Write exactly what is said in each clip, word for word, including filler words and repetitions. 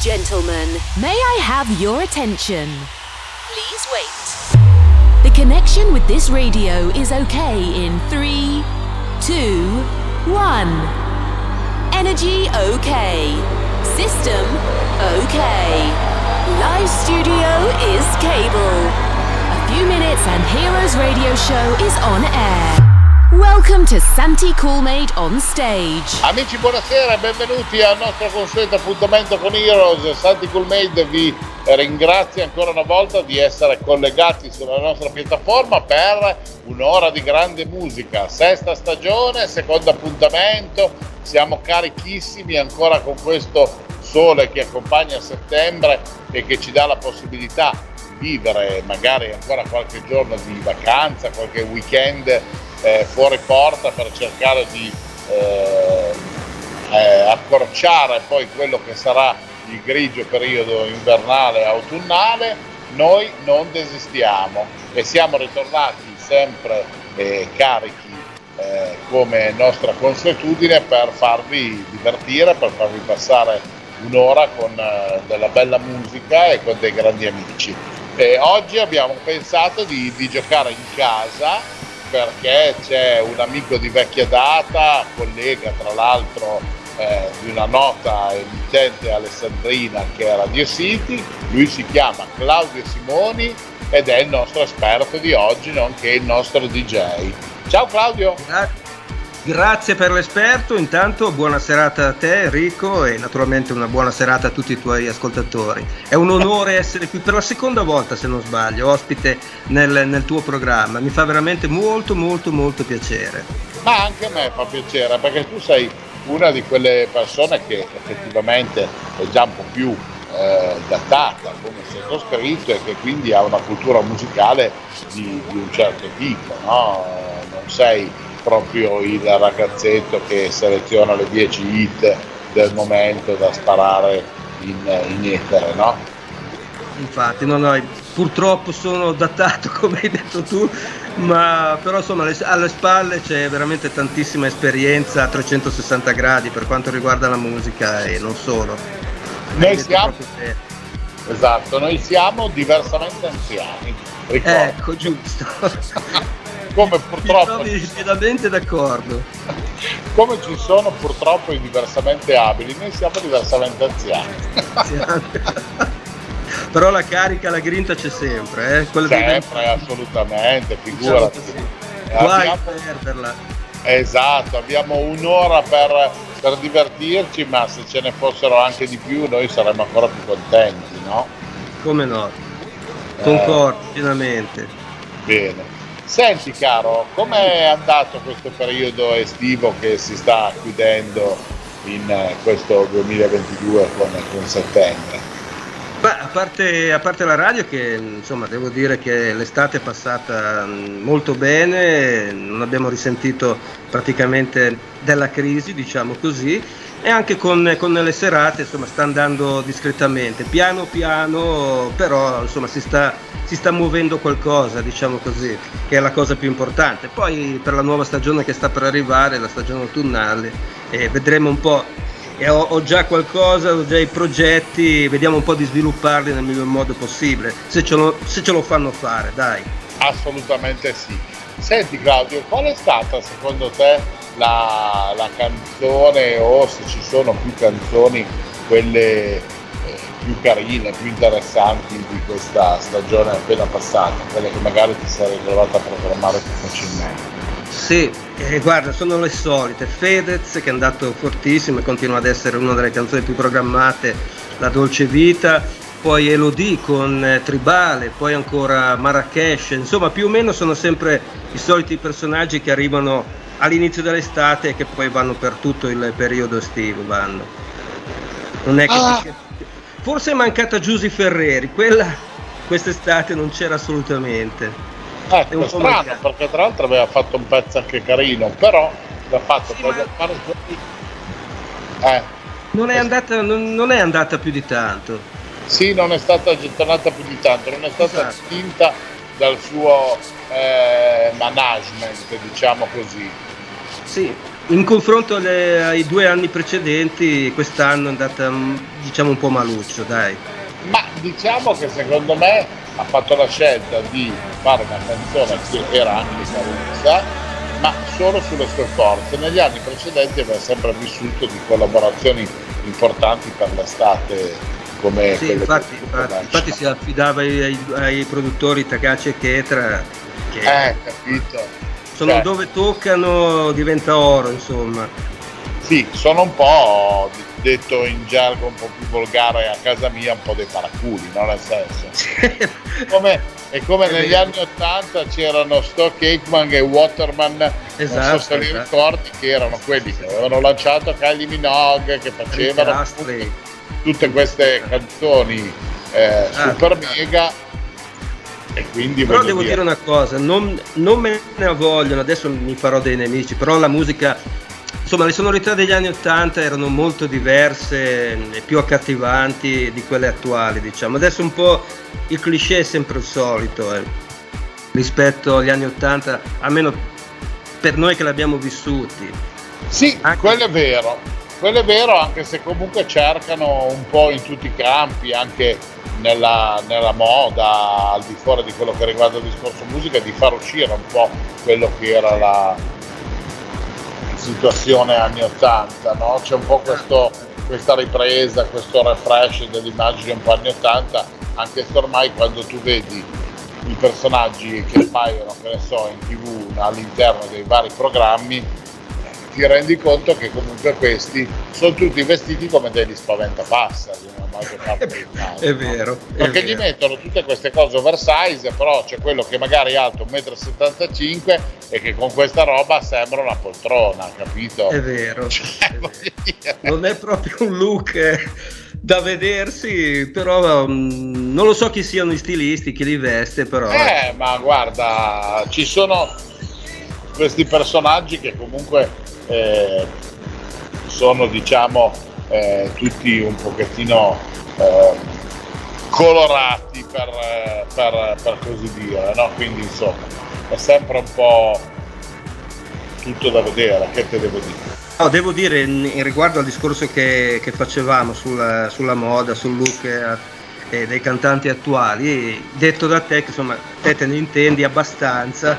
Gentlemen, may I have your attention? Please wait. The connection with this radio is okay in three, two, one. Energy okay. System okay. Live studio is cable. A few minutes and Heroes Radio Show is on air. Welcome to Santi Coolmade on stage. Amici, buonasera e benvenuti al nostro consueto appuntamento con Heroes. Santi Coolmade vi ringrazio ancora una volta di essere collegati sulla nostra piattaforma per un'ora di grande musica. Sesta stagione, secondo appuntamento, siamo carichissimi ancora con questo sole che accompagna settembre e che ci dà la possibilità di vivere magari ancora qualche giorno di vacanza, qualche weekend Eh, fuori porta per cercare di eh, eh, accorciare poi quello che sarà il grigio periodo invernale autunnale. Noi non desistiamo e siamo ritornati sempre eh, carichi eh, come nostra consuetudine per farvi divertire, per farvi passare un'ora con eh, della bella musica e con dei grandi amici. E oggi abbiamo pensato di, di giocare in casa, perché c'è un amico di vecchia data, collega tra l'altro eh, di una nota emittente alessandrina che è Radio City. Lui si chiama Claudio Simoni ed è il nostro esperto di oggi, nonché il nostro D J. Ciao Claudio! Grazie per l'esperto, intanto buona serata a te Enrico e naturalmente una buona serata a tutti i tuoi ascoltatori. È un onore essere qui per la seconda volta, se non sbaglio, ospite nel, nel tuo programma, mi fa veramente molto molto molto piacere. Ma anche a me fa piacere, perché tu sei una di quelle persone che effettivamente è già un po' più eh, datata come sottoscritto e che quindi ha una cultura musicale di, di un certo tipo, no? Non sei proprio il ragazzetto che seleziona le dieci hit del momento da sparare in, in etere, no? Infatti, no, no, purtroppo sono datato come hai detto tu, ma però insomma alle, alle spalle c'è veramente tantissima esperienza a trecentosessanta gradi per quanto riguarda la musica e non solo. Noi siamo, esatto, noi siamo diversamente anziani, ricordo. Ecco, giusto. Come purtroppo mi trovi pienamente d'accordo. Come ci sono purtroppo i diversamente abili, noi siamo diversamente anziani. Però la carica, la grinta c'è sempre, eh? Quella sempre, assolutamente, figurati. Guai a abbiamo... perderla. Esatto, abbiamo un'ora per, per divertirci, ma se ce ne fossero anche di più noi saremmo ancora più contenti, no? Come no? Concordo eh... pienamente. Bene. Senti caro, com'è andato questo periodo estivo che si sta chiudendo in questo duemilaventidue con, con settembre? Beh, a parte, a parte la radio che insomma devo dire che l'estate è passata molto bene, non abbiamo risentito praticamente della crisi, diciamo così, e anche con, con le serate insomma sta andando discretamente, piano piano, però insomma si sta, si sta muovendo qualcosa, diciamo così, che è la cosa più importante. Poi per la nuova stagione che sta per arrivare, la stagione autunnale, eh, vedremo un po', e ho, ho già qualcosa, ho già i progetti, vediamo un po' di svilupparli nel miglior modo possibile, se ce lo, se ce lo fanno fare, dai. Assolutamente sì. Senti Claudio, qual è stata secondo te la, la canzone, o se ci sono più canzoni, quelle eh, più carine, più interessanti di questa stagione appena passata, quelle che magari ti sei ritrovata a programmare più facilmente? Sì, eh, guarda, sono le solite. Fedez, che è andato fortissimo e continua ad essere una delle canzoni più programmate, La Dolce Vita, poi Elodie con eh, Tribale, poi ancora Marrakesh, insomma più o meno sono sempre i soliti personaggi che arrivano all'inizio dell'estate e che poi vanno per tutto il periodo estivo, vanno. Non è che ah. Forse è mancata Giusy Ferreri, quella quest'estate non c'era assolutamente. Eh, è strano mancato. Perché tra l'altro aveva fatto un pezzo anche carino, però l'ha fatto sì, per fare eh. non, è andata, non, non è andata più di tanto. Sì, non è stata gettonata più di tanto, non è stata esatto. spinta dal suo eh, management, diciamo così. Sì, in confronto alle, ai due anni precedenti, quest'anno è andata, diciamo, un po' maluccio, dai. Ma diciamo che secondo me ha fatto la scelta di fare una canzone che era anche carusa, ma solo sulle sue forze. Negli anni precedenti aveva sempre vissuto di collaborazioni importanti per l'estate, come sì, quelle infatti, infatti, infatti si affidava ai, ai, ai produttori Takashi e Ketra, che eh, capito. sono Cioè, dove toccano diventa oro, insomma. Sì, sono un po', detto in gergo un po' più volgare a casa mia, un po' dei paraculi, no? Nel senso, come, è come È negli vero. anni ottanta c'erano Stock Aitken e Waterman, Esatto, non so se li esatto. ricordi, che erano quelli che avevano lanciato Kylie Minogue, che facevano Astley. tutte queste canzoni eh, super Ah, mega, e quindi Però voglio devo dire una cosa, non, non me ne vogliono, adesso mi farò dei nemici, però la musica, insomma le sonorità degli anni ottanta erano molto diverse e più accattivanti di quelle attuali, diciamo. Adesso un po' il cliché è sempre il solito, eh, rispetto agli anni ottanta, almeno per noi che l'abbiamo vissuti. Sì, Anche- quello è vero, quello è vero, anche se comunque cercano un po' in tutti i campi, anche nella, nella moda, al di fuori di quello che riguarda il discorso musica, di far uscire un po' quello che era la situazione anni ottanta, no? C'è un po' questo, questa ripresa, questo refresh dell'immagine un po' anni ottanta, anche se ormai quando tu vedi i personaggi che appaiono, che ne so, in tv all'interno dei vari programmi, ti rendi conto che comunque questi sono tutti vestiti come degli spaventapasseri nella maggior parte dei casi, È no? vero, è Perché gli vero. mettono tutte queste cose oversize, però c'è quello che magari è alto un metro e settantacinque e che con questa roba sembra una poltrona, capito? È vero, Cioè, è vero. voglio dire. Non è proprio un look eh, da vedersi, però mm, non lo so chi siano i stilisti, chi li veste, però Eh, ma guarda, ci sono questi personaggi che comunque eh, sono, diciamo, eh, tutti un pochettino eh, colorati per, eh, per, per così dire, no? Quindi insomma è sempre un po' tutto da vedere, che te devo dire. no, devo dire in, in riguardo al discorso che, che facevamo sulla, sulla moda, sul look eh, eh, dei cantanti attuali, detto da te che insomma te te ne intendi abbastanza,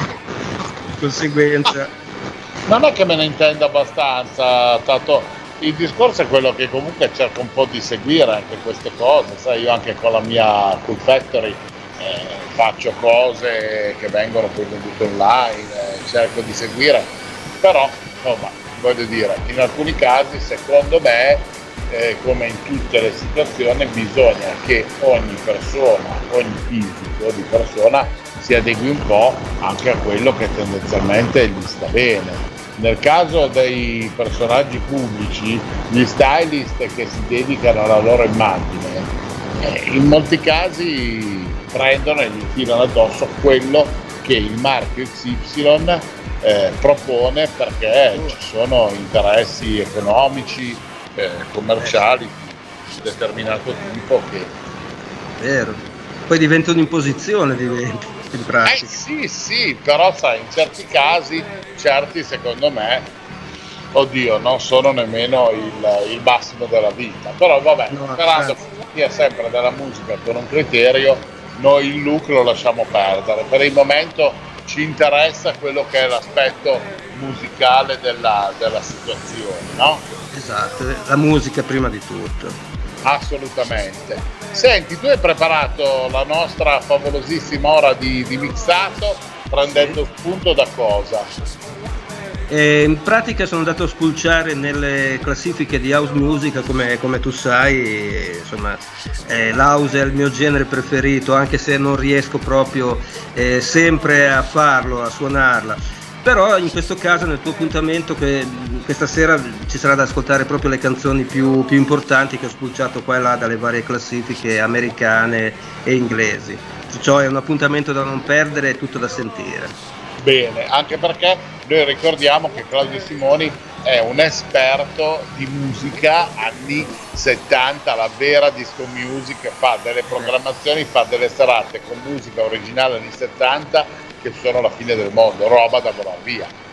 di conseguenza. Non è che me ne intenda abbastanza, tanto il discorso è quello che comunque cerco un po' di seguire anche queste cose, sai, io anche con la mia Cool Factory eh, faccio cose che vengono poi vendute online, eh, cerco di seguire, però insomma voglio dire, in alcuni casi secondo me, eh, come in tutte le situazioni, bisogna che ogni persona, ogni fisico di persona si adegui un po' anche a quello che tendenzialmente gli sta bene. Nel caso dei personaggi pubblici, gli stylist che si dedicano alla loro immagine, eh, in molti casi prendono e gli tirano addosso quello che il marchio X Y eh, propone, perché ci sono interessi economici, eh, commerciali di determinato tipo che... Vero. Poi diventa un'imposizione, diventa in Eh pratica. sì, sì, però sai, in certi casi, certi secondo me, oddio, non sono nemmeno il, il massimo della vita. Però vabbè, No, sperando che sia sempre della musica con un criterio, noi il look lo lasciamo perdere. Per il momento ci interessa quello che è l'aspetto musicale della, della situazione, no? Esatto, la musica prima di tutto. Assolutamente. Senti, tu hai preparato la nostra favolosissima ora di, di mixato prendendo spunto da cosa? E in pratica sono andato a spulciare nelle classifiche di house music, come, come tu sai, e, insomma, eh, l'house è il mio genere preferito, anche se non riesco proprio eh, sempre a farlo, a suonarla. Però in questo caso nel tuo appuntamento che questa sera ci sarà da ascoltare proprio le canzoni più, più importanti che ho spulciato qua e là dalle varie classifiche americane e inglesi. Perciò è un appuntamento da non perdere e tutto da sentire. Bene, anche perché noi ricordiamo che Claudio Simoni è un esperto di musica anni settanta, la vera disco music, fa delle programmazioni, fa delle serate con musica originale anni settanta che sono la fine del mondo, roba da volar via.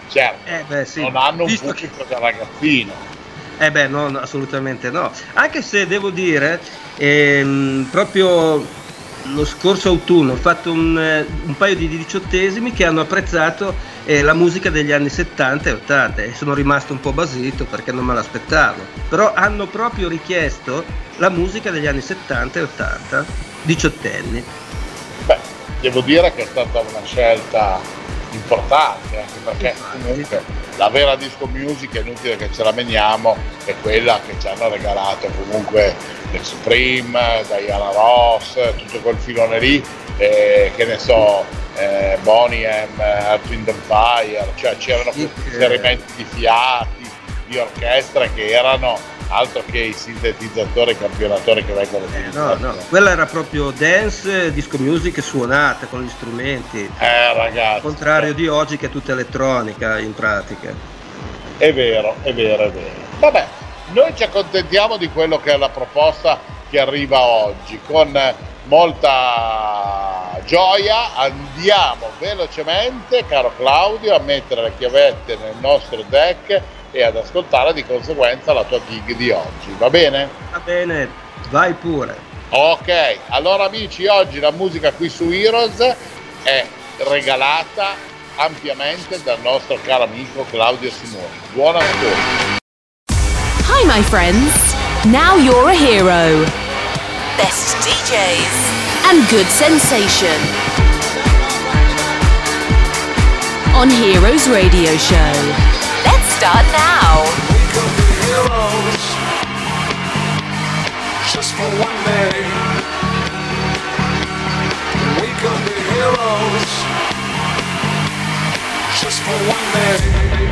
certo, Eh beh, sì, non hanno un visto pubblico da ragazzino. Eh beh, no, no, assolutamente no. Anche se devo dire, ehm, proprio lo scorso autunno ho fatto un, eh, un paio di diciottesimi che hanno apprezzato eh, la musica degli anni settanta e ottanta e sono rimasto un po' basito perché non me l'aspettavo. Però hanno proprio richiesto la musica degli anni settanta e ottanta, diciottenni. Beh, devo dire che è stata una scelta importante, anche perché comunque la vera disco music, è inutile che ce la meniamo, è quella che ci hanno regalato comunque The Supreme, Diana Ross, tutto quel filone lì, eh, che ne so, eh, Boney M, Earth, Wind and Fire, cioè c'erano Sì, questi eh. inserimenti di fiati, di orchestra che erano altro che i sintetizzatori campionatori che vengono Eh, no, utilizzati. no, quella era proprio dance, disco music suonata con gli strumenti. Eh ragazzi, Al contrario di oggi che è tutta elettronica in pratica. è vero, è vero, è vero. Vabbè, noi ci accontentiamo di quello che è la proposta che arriva oggi. Con molta gioia andiamo velocemente, caro Claudio, a mettere le chiavette nel nostro deck e ad ascoltare di conseguenza la tua gig di oggi, va bene? Va bene, vai pure. Ok, allora amici, oggi la musica qui su Heroes è regalata ampiamente dal nostro caro amico Claudio Simoni. Buon ascolto. Hi, my friends. Now you're a hero. Best D Js and good sensation on Heroes Radio Show. Let's start now. We could be heroes just for one day. We could be heroes just for one day.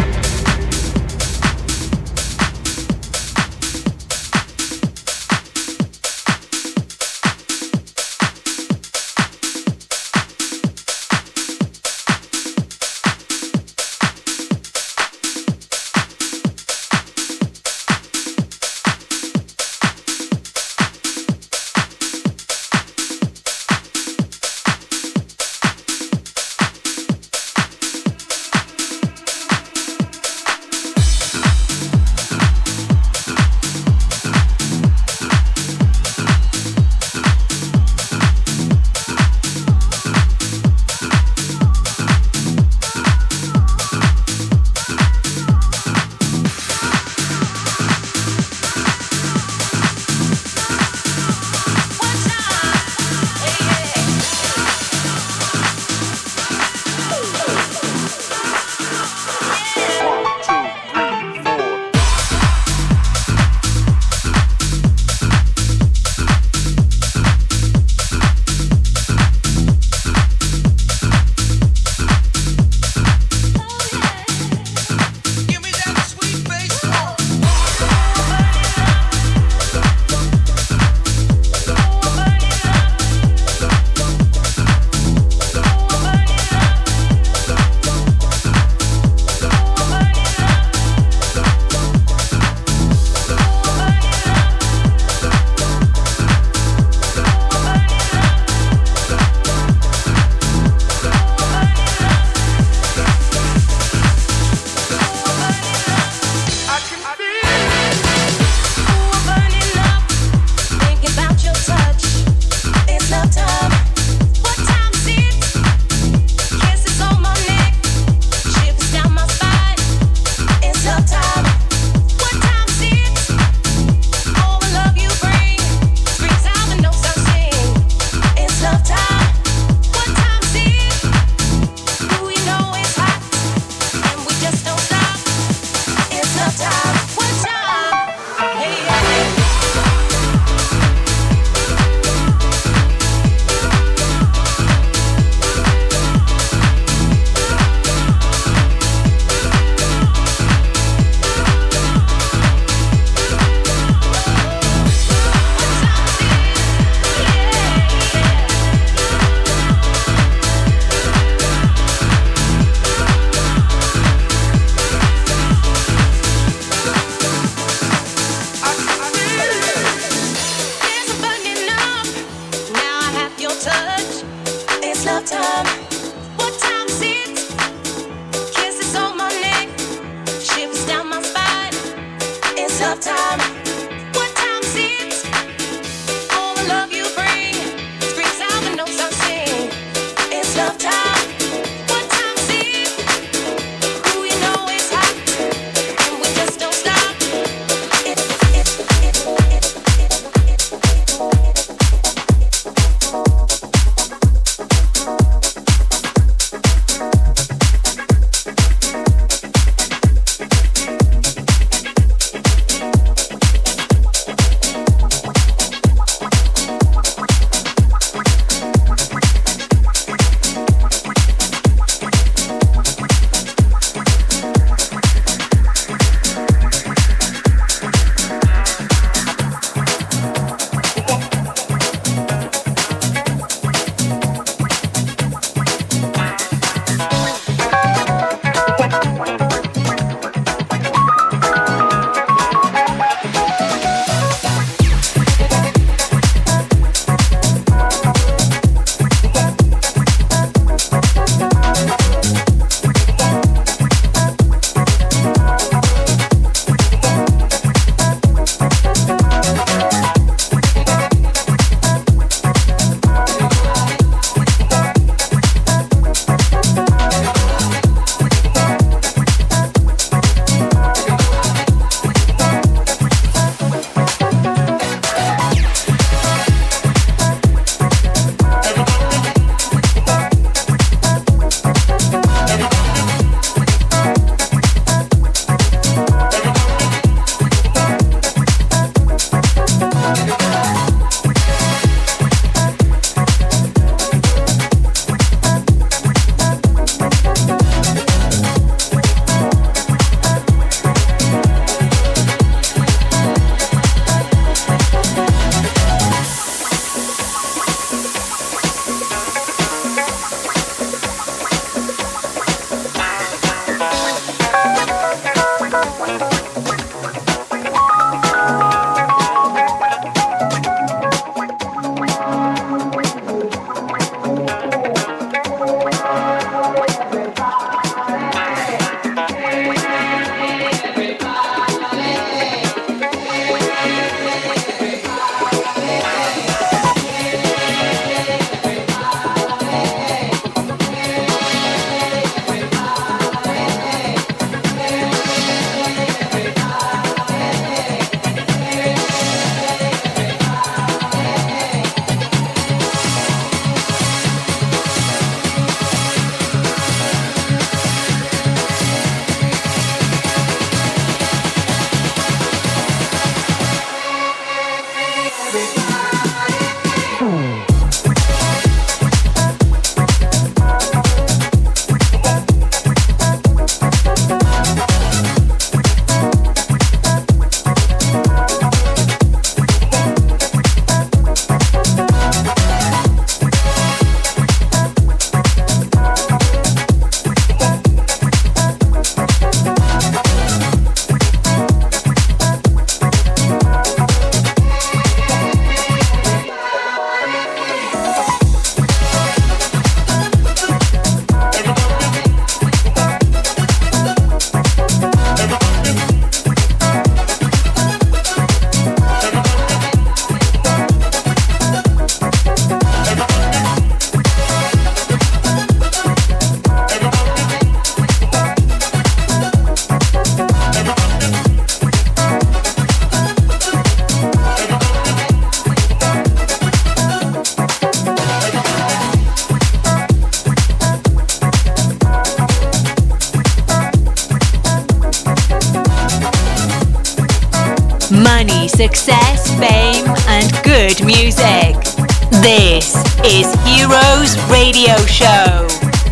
Money, success, fame, and good music. This is Heroes Radio Show.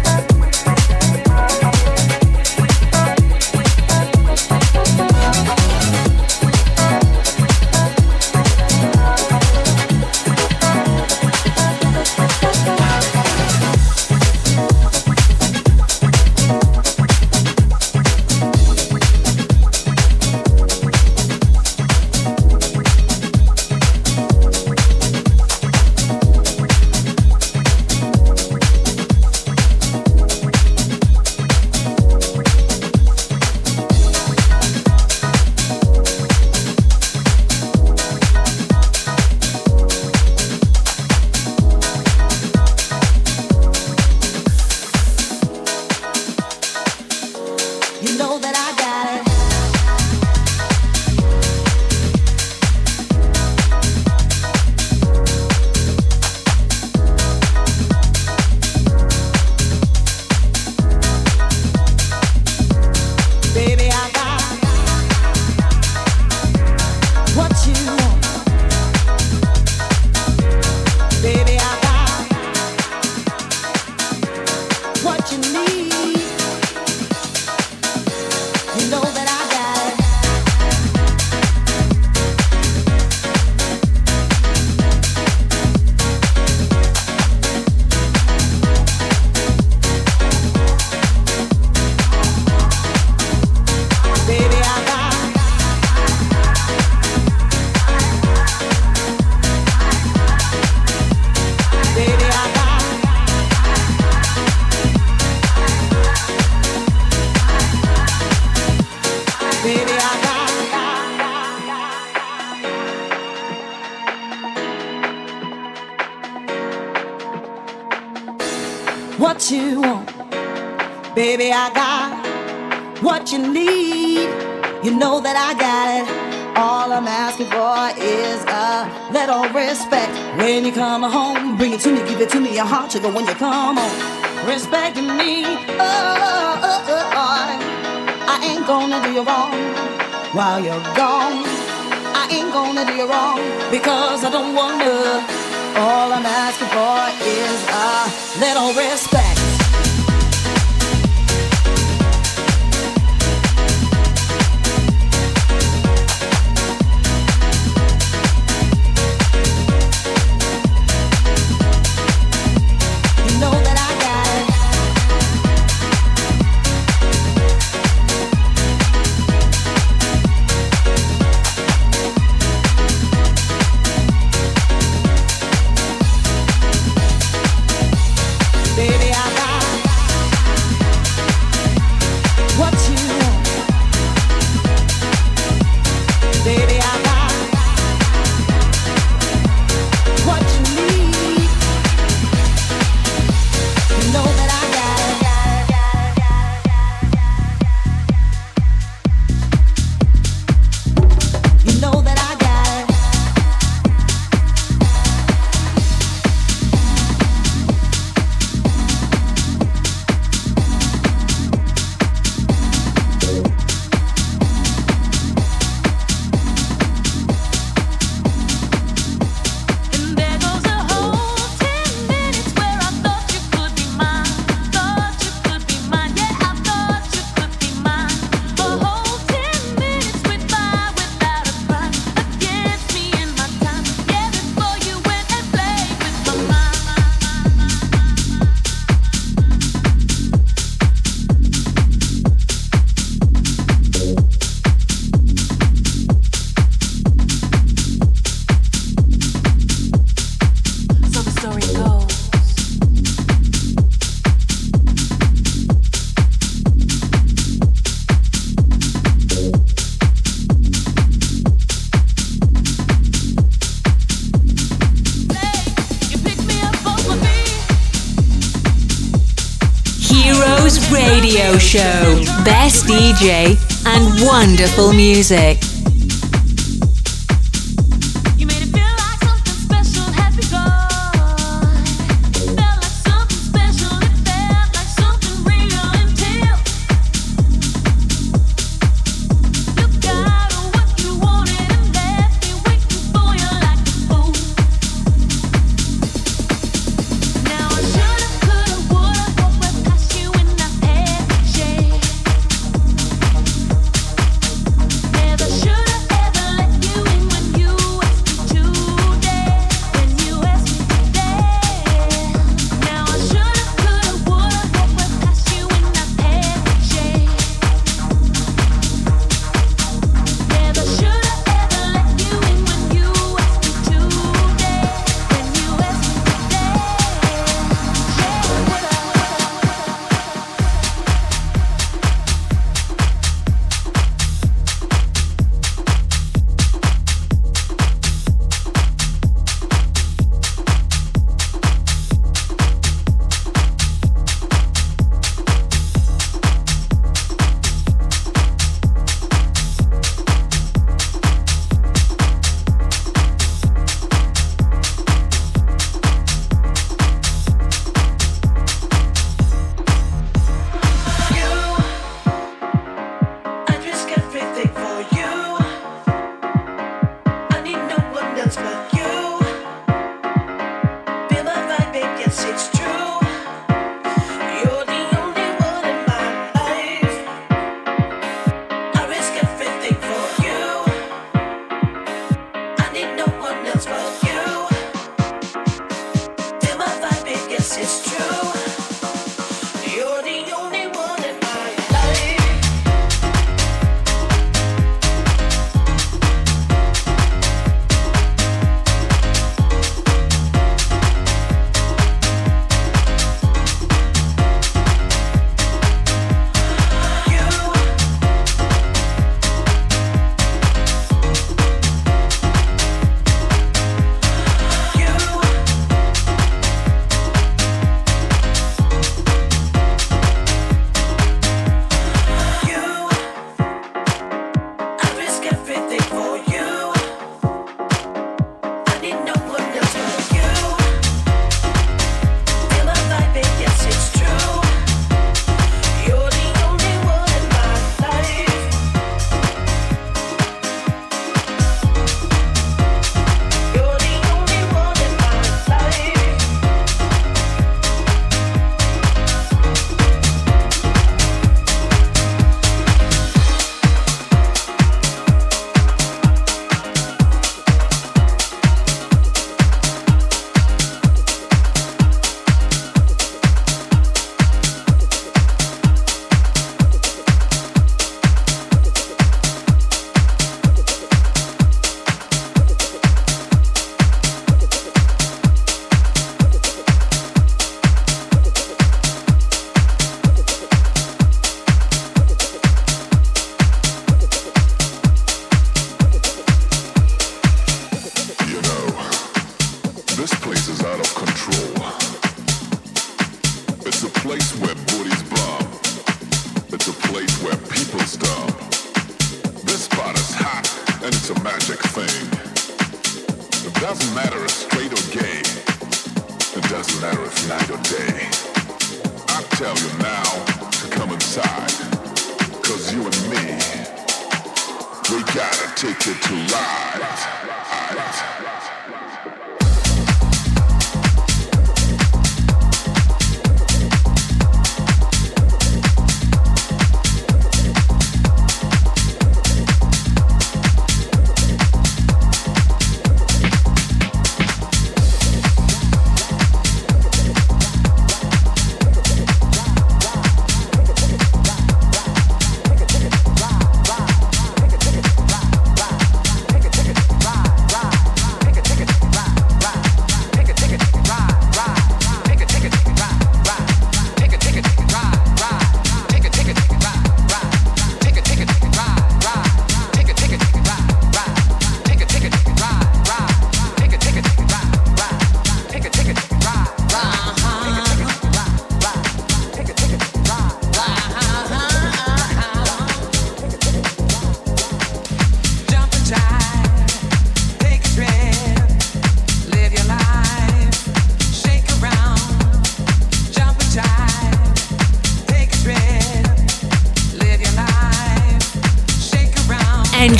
What you want, baby, I got what you need. You know that I got it. All I'm asking for is a little respect. When you come home, bring it to me, give it to me, your heart sugar when you come home. Respecting me, oh, oh, oh, oh. I ain't gonna do you wrong while you're gone. I ain't gonna do you wrong because I don't wanna. All I'm asking for is a little respect. You know that I got it. Baby, I Rose Radio Show. Best D J and wonderful music.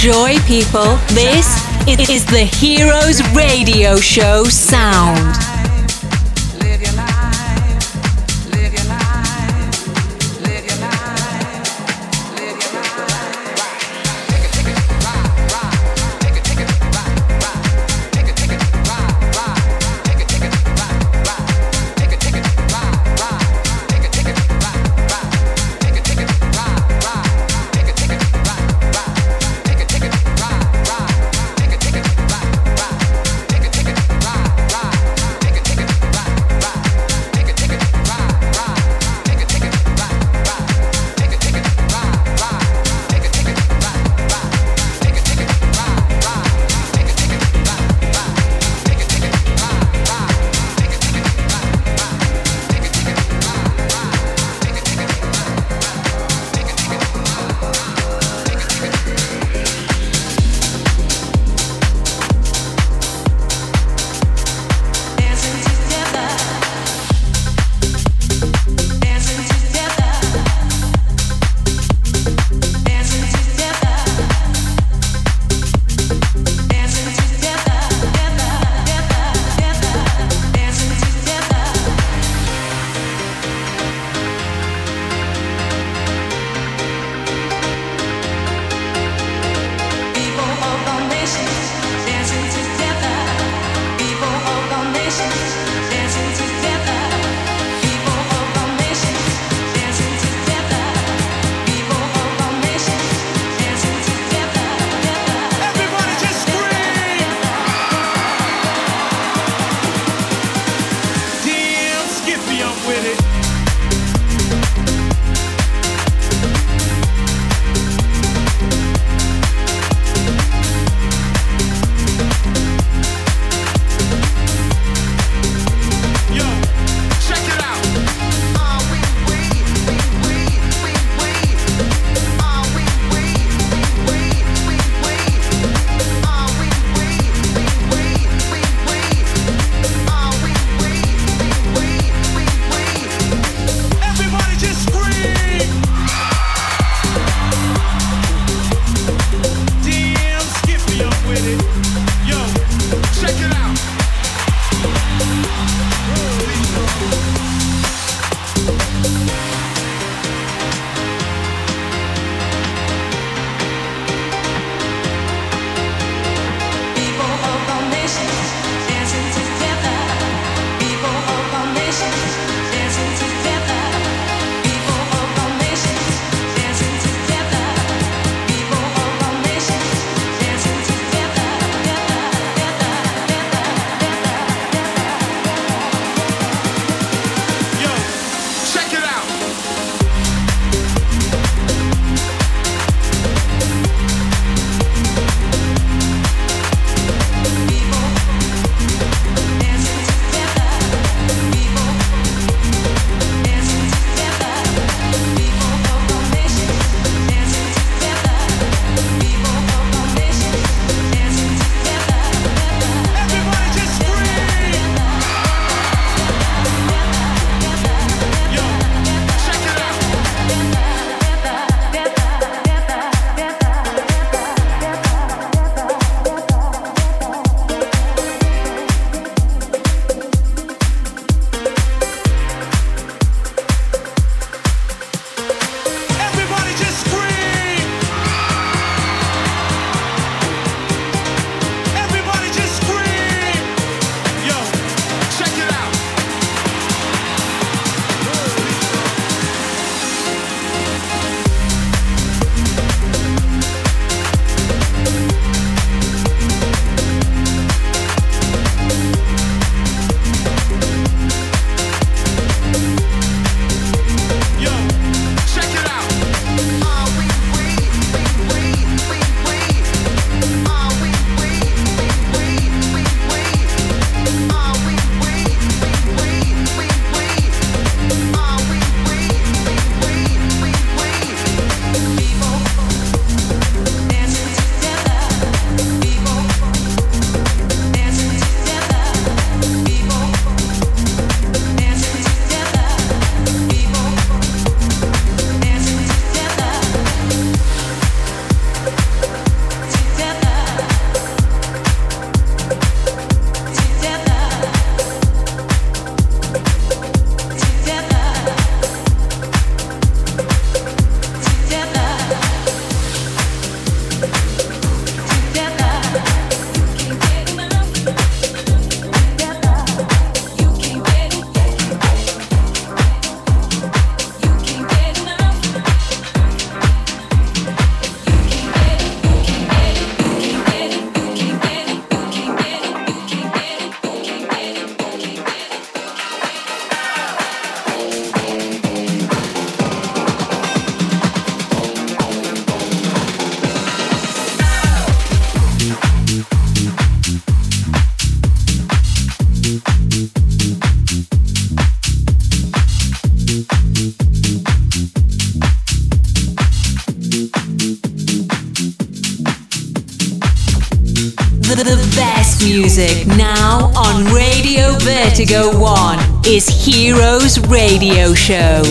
Enjoy, people. This is the Heroes Radio Show sound. music now on Radio Vertigo One is Heroes Radio Show.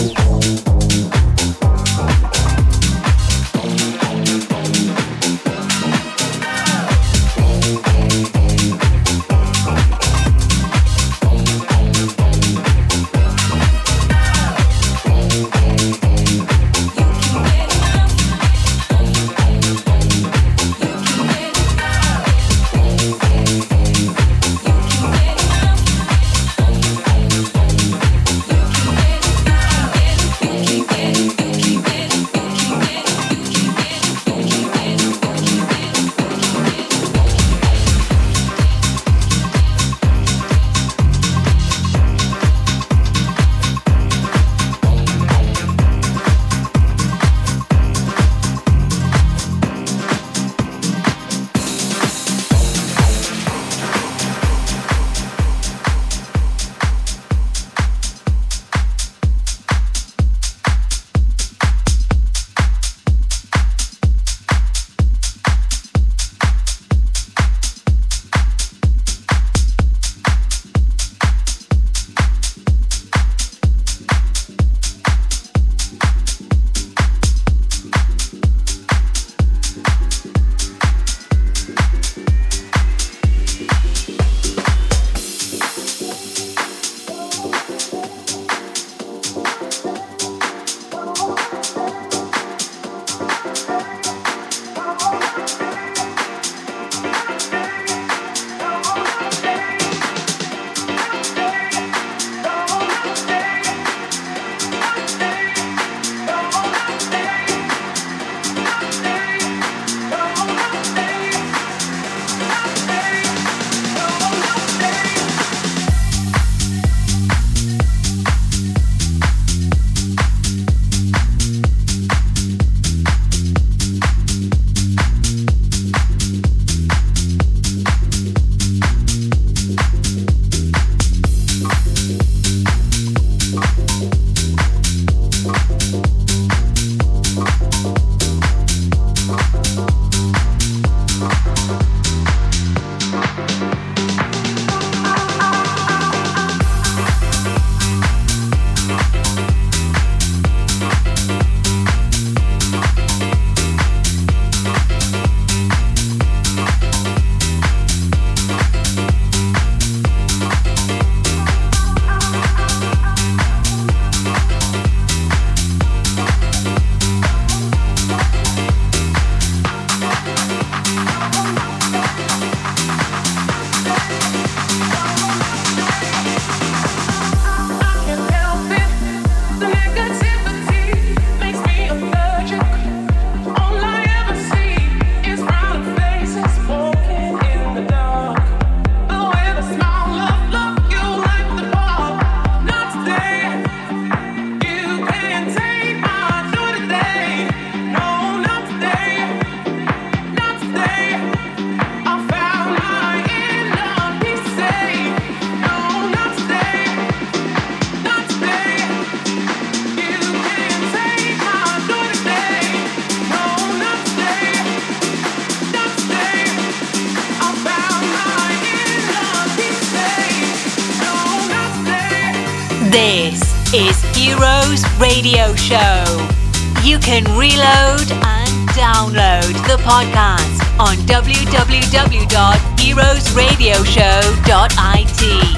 This is Heroes Radio Show. You can reload and download the podcast on w w w dot heroes radio show dot i t.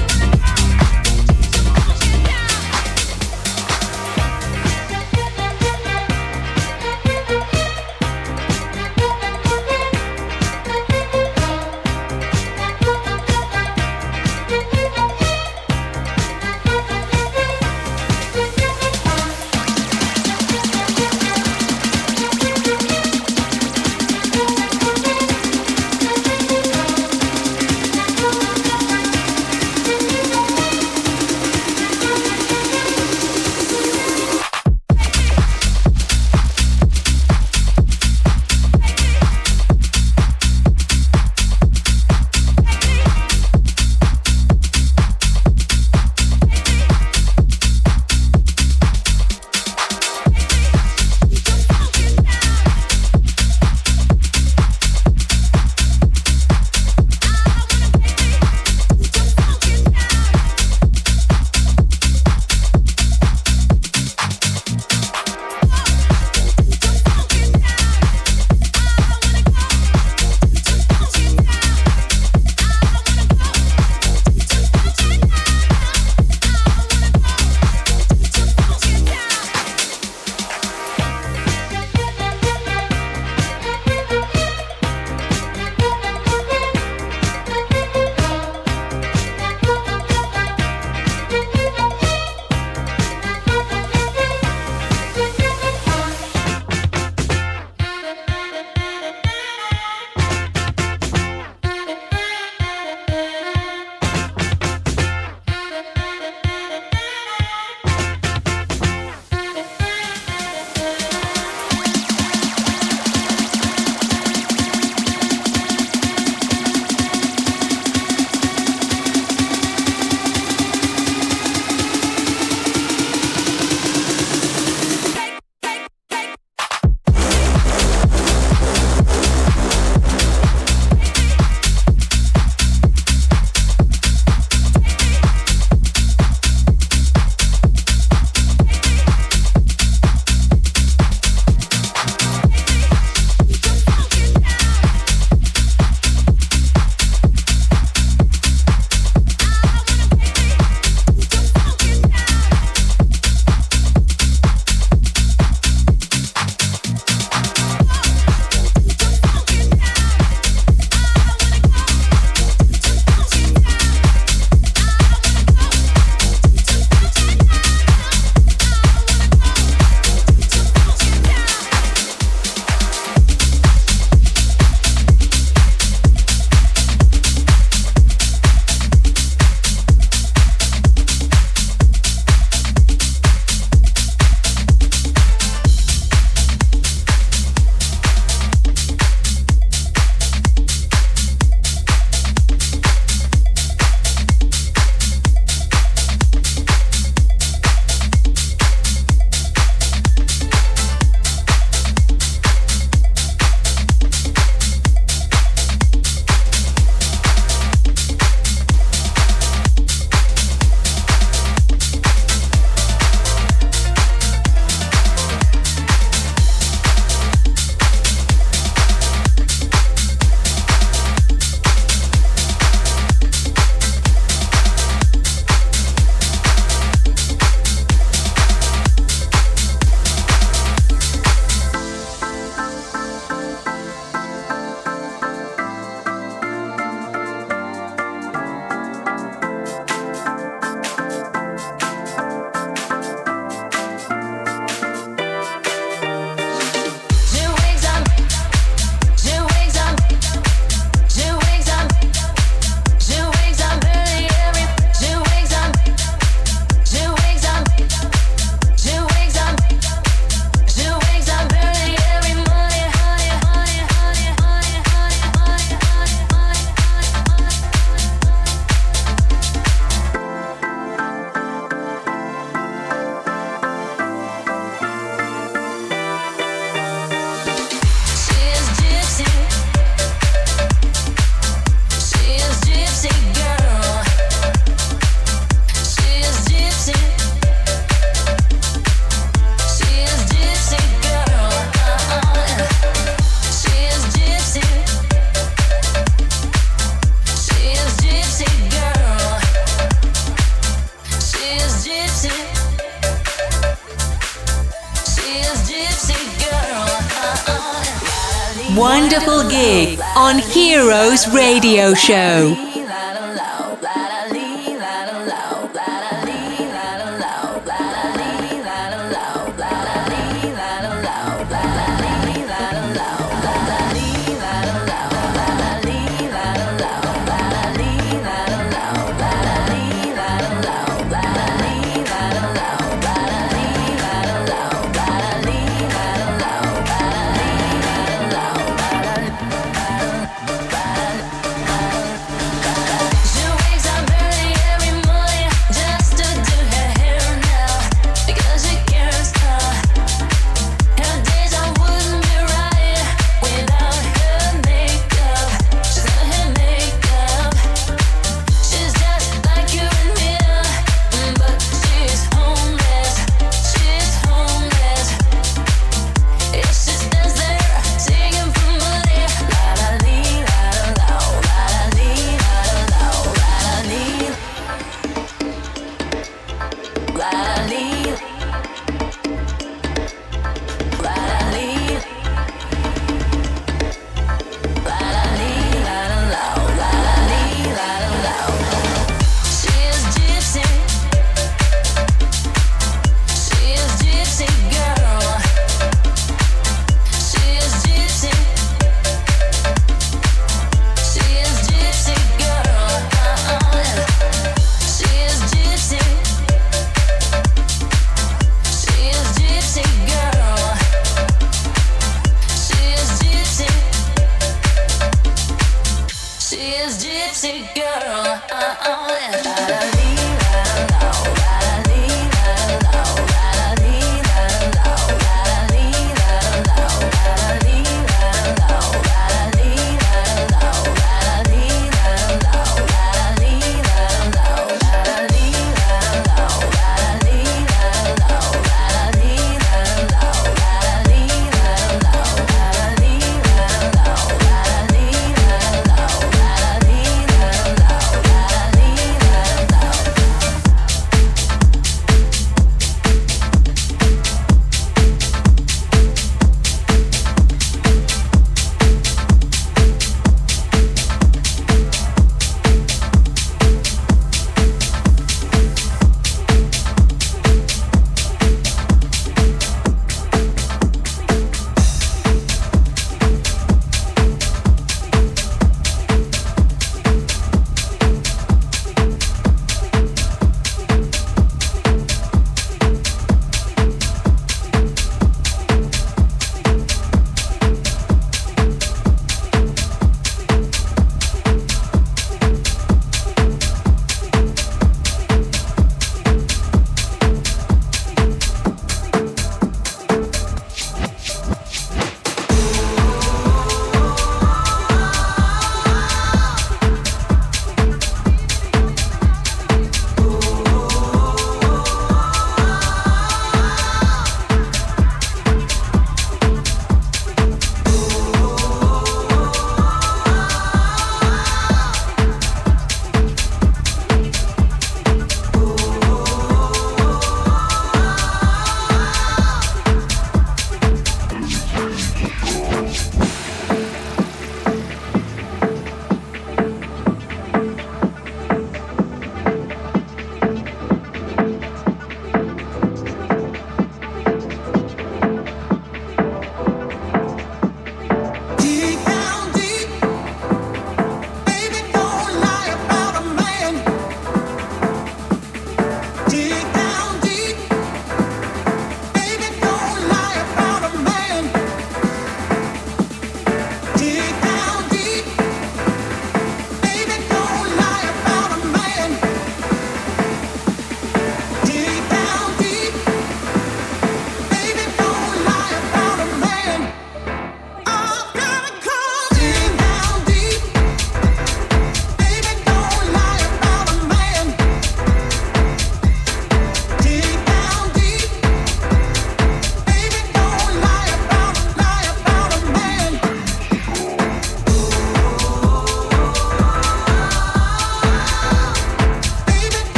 wonderful gig on Heroes Radio Show.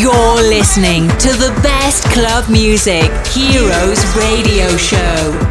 You're listening to the best club music, Heroes Radio Show.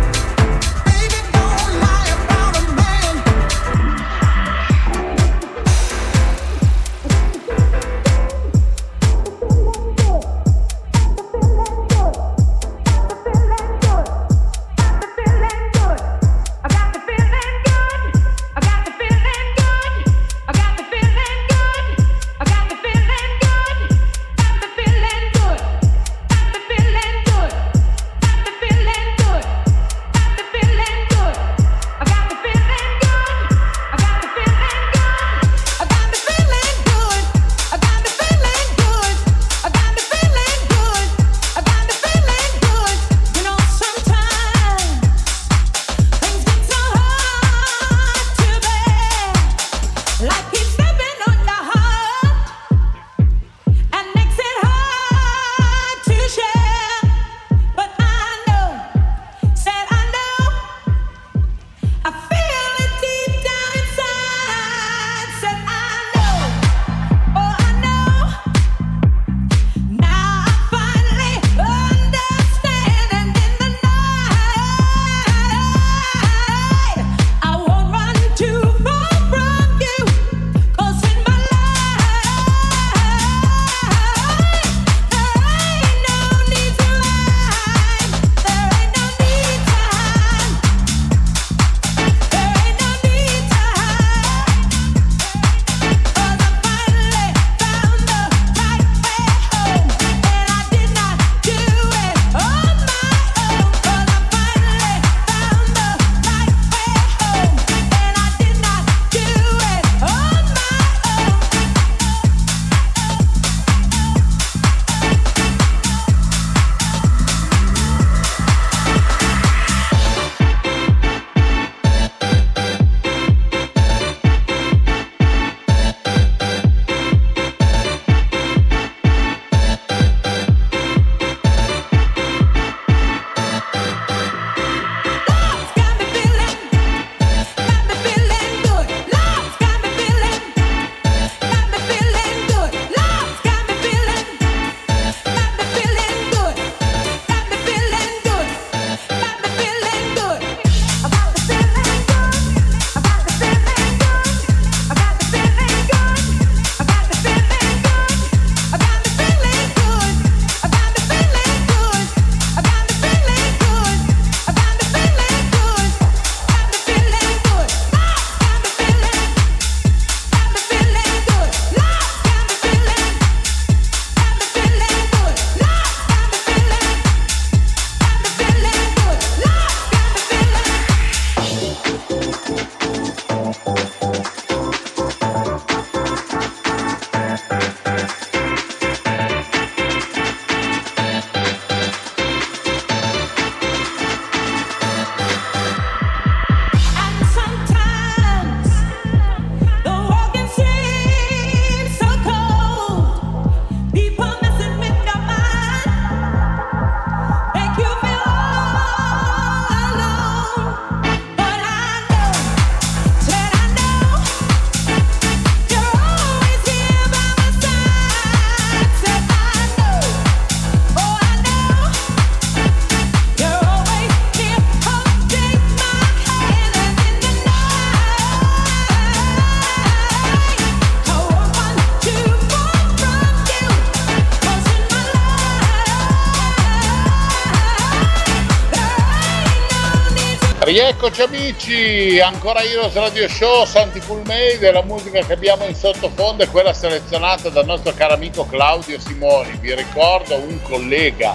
Rieccoci amici, ancora Heroes Radio Show, Santi Cool Made, la musica che abbiamo in sottofondo è quella selezionata dal nostro caro amico Claudio Simoni, vi ricordo un collega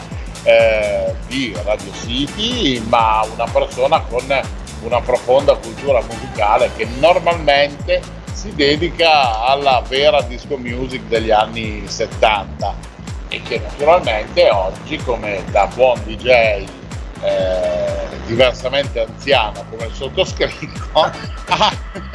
eh, di Radio City, ma una persona con una profonda cultura musicale che normalmente si dedica alla vera disco music degli anni settanta e che naturalmente oggi, come da buon D J Eh, diversamente anziano come il sottoscritto ha,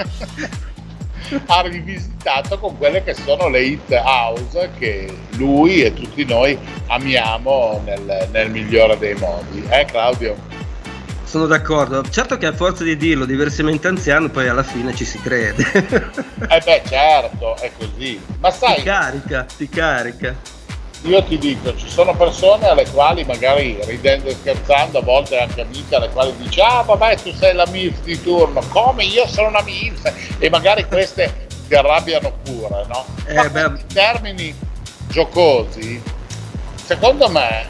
ha rivisitato con quelle che sono le hit house che lui e tutti noi amiamo nel, nel migliore dei modi, eh Claudio? Sono d'accordo, certo che a forza di dirlo diversamente anziano poi alla fine ci si crede. Eh beh certo, è così, ma sai, ti carica, ti carica io ti dico, ci sono persone alle quali magari ridendo e scherzando, a volte anche amiche alle quali dici ah vabbè tu sei la M I F di turno, come io sono una M I F, e magari queste si arrabbiano pure, no? Eh, Ma beh. in termini giocosi, secondo me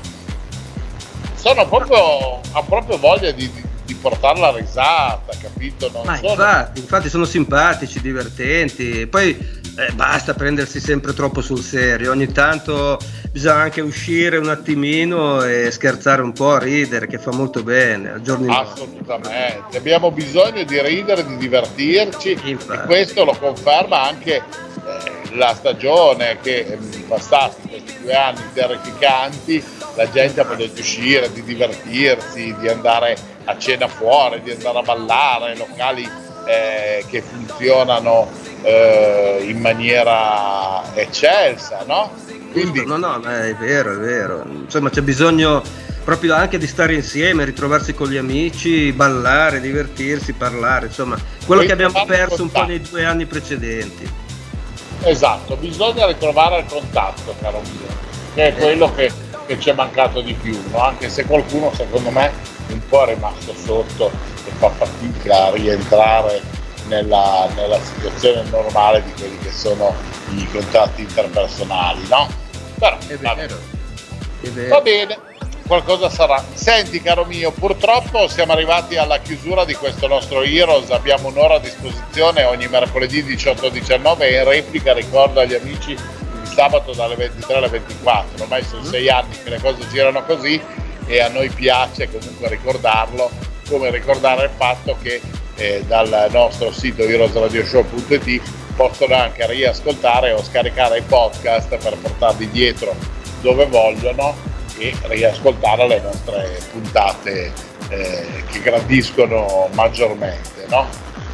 sono proprio, ha proprio voglia di, di, di portare la risata, capito? Non Ma sono... infatti, infatti sono simpatici, divertenti, poi eh, basta prendersi sempre troppo sul serio, ogni tanto bisogna anche uscire un attimino e scherzare un po', ridere, che fa molto bene al giorno nostri. Assolutamente, abbiamo bisogno di ridere, di divertirci, Infatti. e questo lo conferma anche eh, la stagione che è passata in questi due anni terrificanti. La gente ha voglia di uscire, di divertirsi, di andare a cena fuori, di andare a ballare, locali eh, che funzionano eh, in maniera eccelsa, no? Quindi No, no, ma è vero, è vero. Insomma, c'è bisogno proprio anche di stare insieme, ritrovarsi con gli amici, ballare, divertirsi, parlare, insomma, quello che abbiamo perso un po' nei due anni precedenti. esatto, bisogna ritrovare il contatto, caro mio, che è quello che, che ci è mancato di più, no? Anche se qualcuno secondo me un po' è rimasto sotto e fa fatica a rientrare nella, nella situazione normale di quelli che sono i contatti interpersonali, no? Però È va vero, è Va vero. bene, qualcosa sarà. Senti caro mio, purtroppo siamo arrivati alla chiusura di questo nostro Heroes, abbiamo un'ora a disposizione ogni mercoledì diciotto diciannove e in replica ricordo agli amici il sabato dalle ventitré alle ventiquattro, ormai sono sei anni che le cose girano così e a noi piace comunque ricordarlo, come ricordare il fatto che eh, dal nostro sito heroes radio show punto it possono anche riascoltare o scaricare i podcast per portarli dietro dove vogliono e riascoltare le nostre puntate eh, che gradiscono maggiormente, no?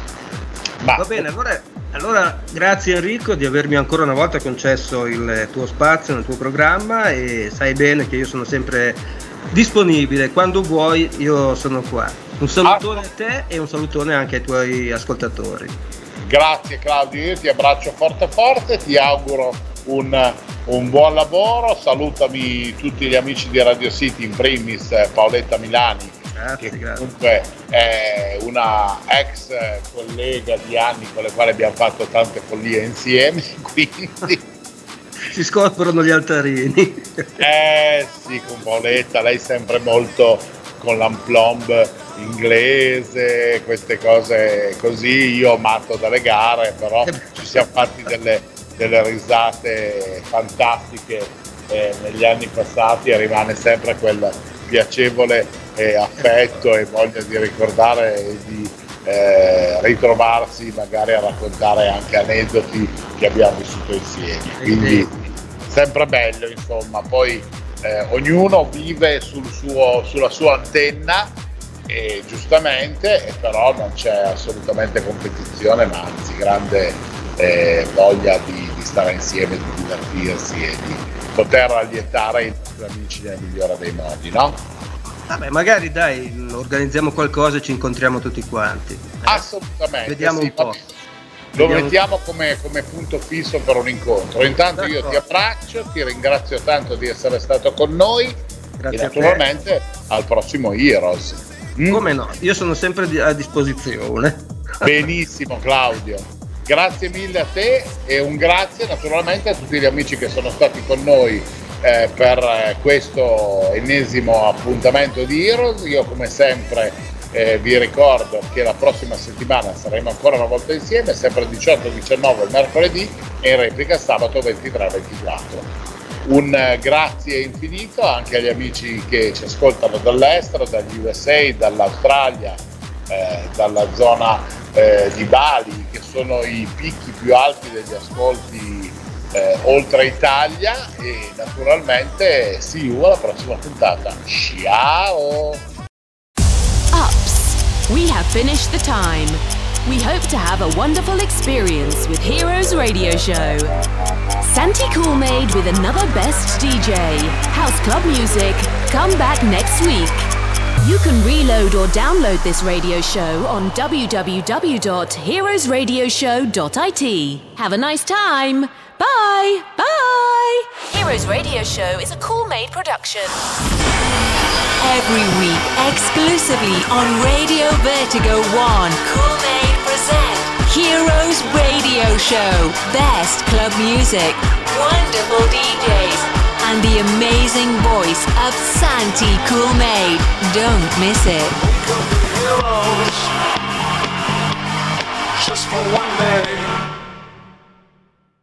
Ma Va bene, allora, allora grazie Enrico di avermi ancora una volta concesso il tuo spazio nel tuo programma e sai bene che io sono sempre disponibile, quando vuoi io sono qua. Un salutone a te e un salutone anche ai tuoi ascoltatori. grazie Claudio, io ti abbraccio forte forte, ti auguro un, un buon lavoro, salutami tutti gli amici di Radio City, in primis Paoletta Milani, Grazie, che grazie. comunque è una ex collega di anni con le quali abbiamo fatto tante follie insieme, quindi Si scoprono gli altarini. eh sì, con Paoletta, lei sempre molto con l'amplomb inglese, queste cose così, io matto dalle gare, però ci siamo fatti delle, delle risate fantastiche eh, negli anni passati e rimane sempre quel piacevole eh, affetto e voglia di ricordare e di eh, ritrovarsi magari a raccontare anche aneddoti che abbiamo vissuto insieme, quindi sempre bello, insomma. Poi eh, ognuno vive sul suo, sulla sua antenna e giustamente, e però non c'è assolutamente competizione, ma anzi grande eh, voglia di, di stare insieme, di divertirsi e di poter allietare i nostri amici nel migliore dei modi, no? Vabbè, magari dai, organizziamo qualcosa e ci incontriamo tutti quanti. Eh? Assolutamente. Vediamo sì, un po'. va bene. Lo Vediamo mettiamo come, come punto fisso per un incontro. Intanto io ti D'accordo. abbraccio, ti ringrazio tanto di essere stato con noi Grazie e a te. naturalmente al prossimo Heroes. Mm? Come no? Io sono sempre di- a disposizione. Benissimo Claudio, grazie mille a te e un grazie naturalmente a tutti gli amici che sono stati con noi eh, per eh, questo ennesimo appuntamento di Heroes. Io come sempre eh, vi ricordo che la prossima settimana saremo ancora una volta insieme, sempre diciotto diciannove il mercoledì e in replica sabato ventitré ventiquattro. Un eh, grazie infinito anche agli amici che ci ascoltano dall'estero, dagli U S A, dall'Australia, eh, dalla zona eh, di Bali, che sono i picchi più alti degli ascolti eh, oltre Italia, e naturalmente see you alla prossima puntata. Ciao! Ups, we have finished the time. We hope to have a wonderful experience with Heroes Radio Show. Santi Coolmade with another best D J. House Club Music. Come back next week. You can reload or download this radio show on w w w dot heroes radio show dot i t. Have a nice time. Bye. Bye. Heroes Radio Show is a Cool-Made production. Every week, exclusively on Radio Vertigo One, Cool-Made present Heroes Radio Show. Best club music, wonderful D Js, and the amazing voice of Santi Cool-Made. Don't miss it. We could be heroes just for one day.